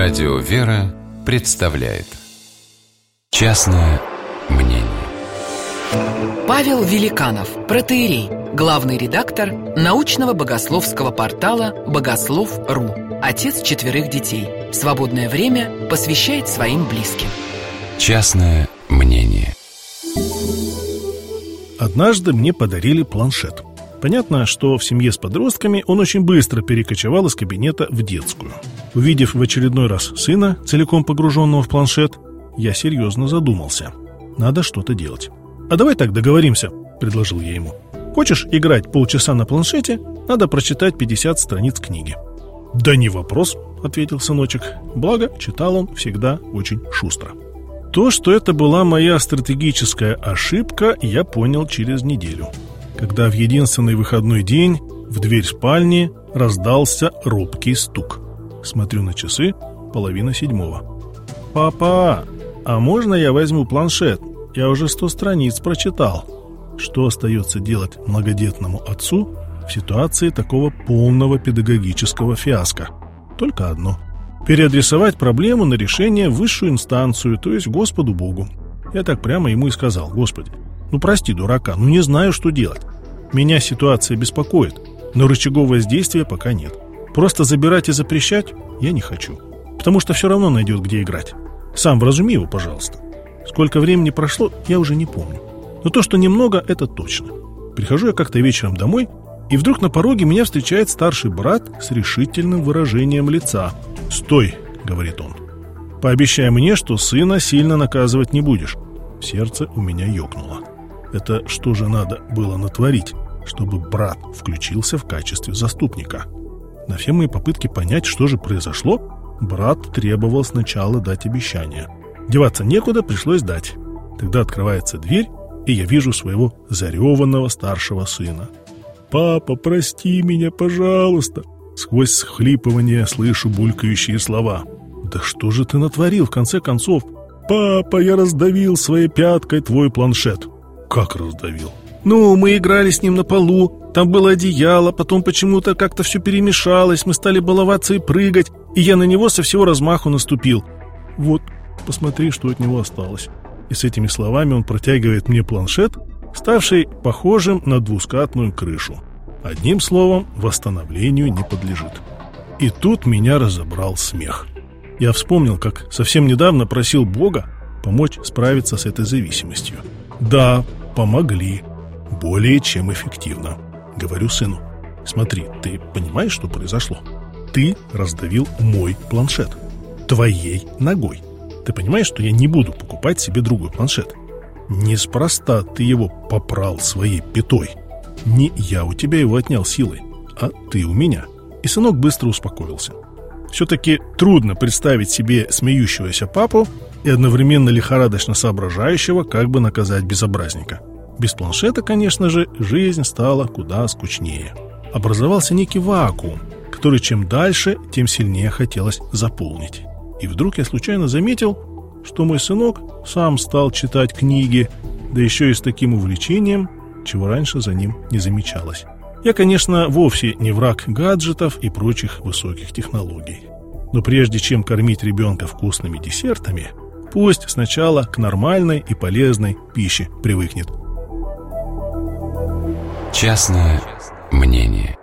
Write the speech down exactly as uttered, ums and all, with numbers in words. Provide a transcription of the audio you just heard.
Радио «Вера» представляет «Частное мнение». Павел Великанов, протоиерей, главный редактор научного богословского портала «Богослов точка ру», отец четверых детей. Свободное время посвящает своим близким. Частное мнение. Однажды мне подарили планшет. Понятно, что в семье с подростками он очень быстро перекочевал из кабинета в детскую. Увидев в очередной раз сына, целиком погруженного в планшет, я серьезно задумался. Надо что-то делать. «А давай так договоримся», — предложил я ему. «Хочешь играть полчаса на планшете, надо прочитать пятьдесят страниц книги». «Да не вопрос», — ответил сыночек. Благо, читал он всегда очень шустро. То, что это была моя стратегическая ошибка, я понял через неделю, когда в единственный выходной день в дверь спальни раздался робкий стук. Смотрю на часы, половина седьмого. «Папа, а можно я возьму планшет? Я уже сто страниц прочитал». Что остается делать многодетному отцу в ситуации такого полного педагогического фиаско? Только одно: переадресовать проблему на решение в высшую инстанцию, то есть Господу Богу. Я так прямо ему и сказал: «Господи, ну прости дурака, ну не знаю, что делать. Меня ситуация беспокоит, но рычагов воздействия пока нет. Просто забирать и запрещать я не хочу, потому что все равно найдет, где играть. Сам вразуми его, пожалуйста». Сколько времени прошло, я уже не помню. Но то, что немного, это точно. Прихожу я как-то вечером домой, и вдруг на пороге меня встречает старший брат с решительным выражением лица. «Стой», — говорит он, — «пообещай мне, что сына сильно наказывать не будешь». Сердце у меня ёкнуло. Это что же надо было натворить, чтобы брат включился в качестве заступника? На все мои попытки понять, что же произошло, брат требовал сначала дать обещание. Деваться некуда, пришлось дать. Тогда открывается дверь, и я вижу своего зареванного старшего сына. «Папа, прости меня, пожалуйста!» Сквозь схлипывание слышу булькающие слова. «Да что же ты натворил, в конце концов?» «Папа, я раздавил своей пяткой твой планшет». «Как раздавил?» «Ну, мы играли с ним на полу, там было одеяло, потом почему-то как-то все перемешалось, мы стали баловаться и прыгать, и я на него со всего размаху наступил. Вот, посмотри, что от него осталось». И с этими словами он протягивает мне планшет, ставший похожим на двускатную крышу. Одним словом, восстановлению не подлежит. И тут меня разобрал смех. Я вспомнил, как совсем недавно просил Бога помочь справиться с этой зависимостью. Да, помогли. Более чем эффективно. Говорю сыну: смотри, ты понимаешь, что произошло? Ты раздавил мой планшет твоей ногой. Ты понимаешь, что я не буду покупать себе другой планшет? Неспроста ты его попрал своей пятой. Не я у тебя его отнял силой, а ты у меня. И сынок быстро успокоился. Все-таки трудно представить себе смеющегося папу и одновременно лихорадочно соображающего, как бы наказать безобразника. Без планшета, конечно же, жизнь стала куда скучнее. Образовался некий вакуум, который чем дальше, тем сильнее хотелось заполнить. И вдруг я случайно заметил, что мой сынок сам стал читать книги, да еще и с таким увлечением, чего раньше за ним не замечалось. Я, конечно, вовсе не враг гаджетов и прочих высоких технологий. Но прежде чем кормить ребенка вкусными десертами, пусть сначала к нормальной и полезной пище привыкнет. Частное мнение.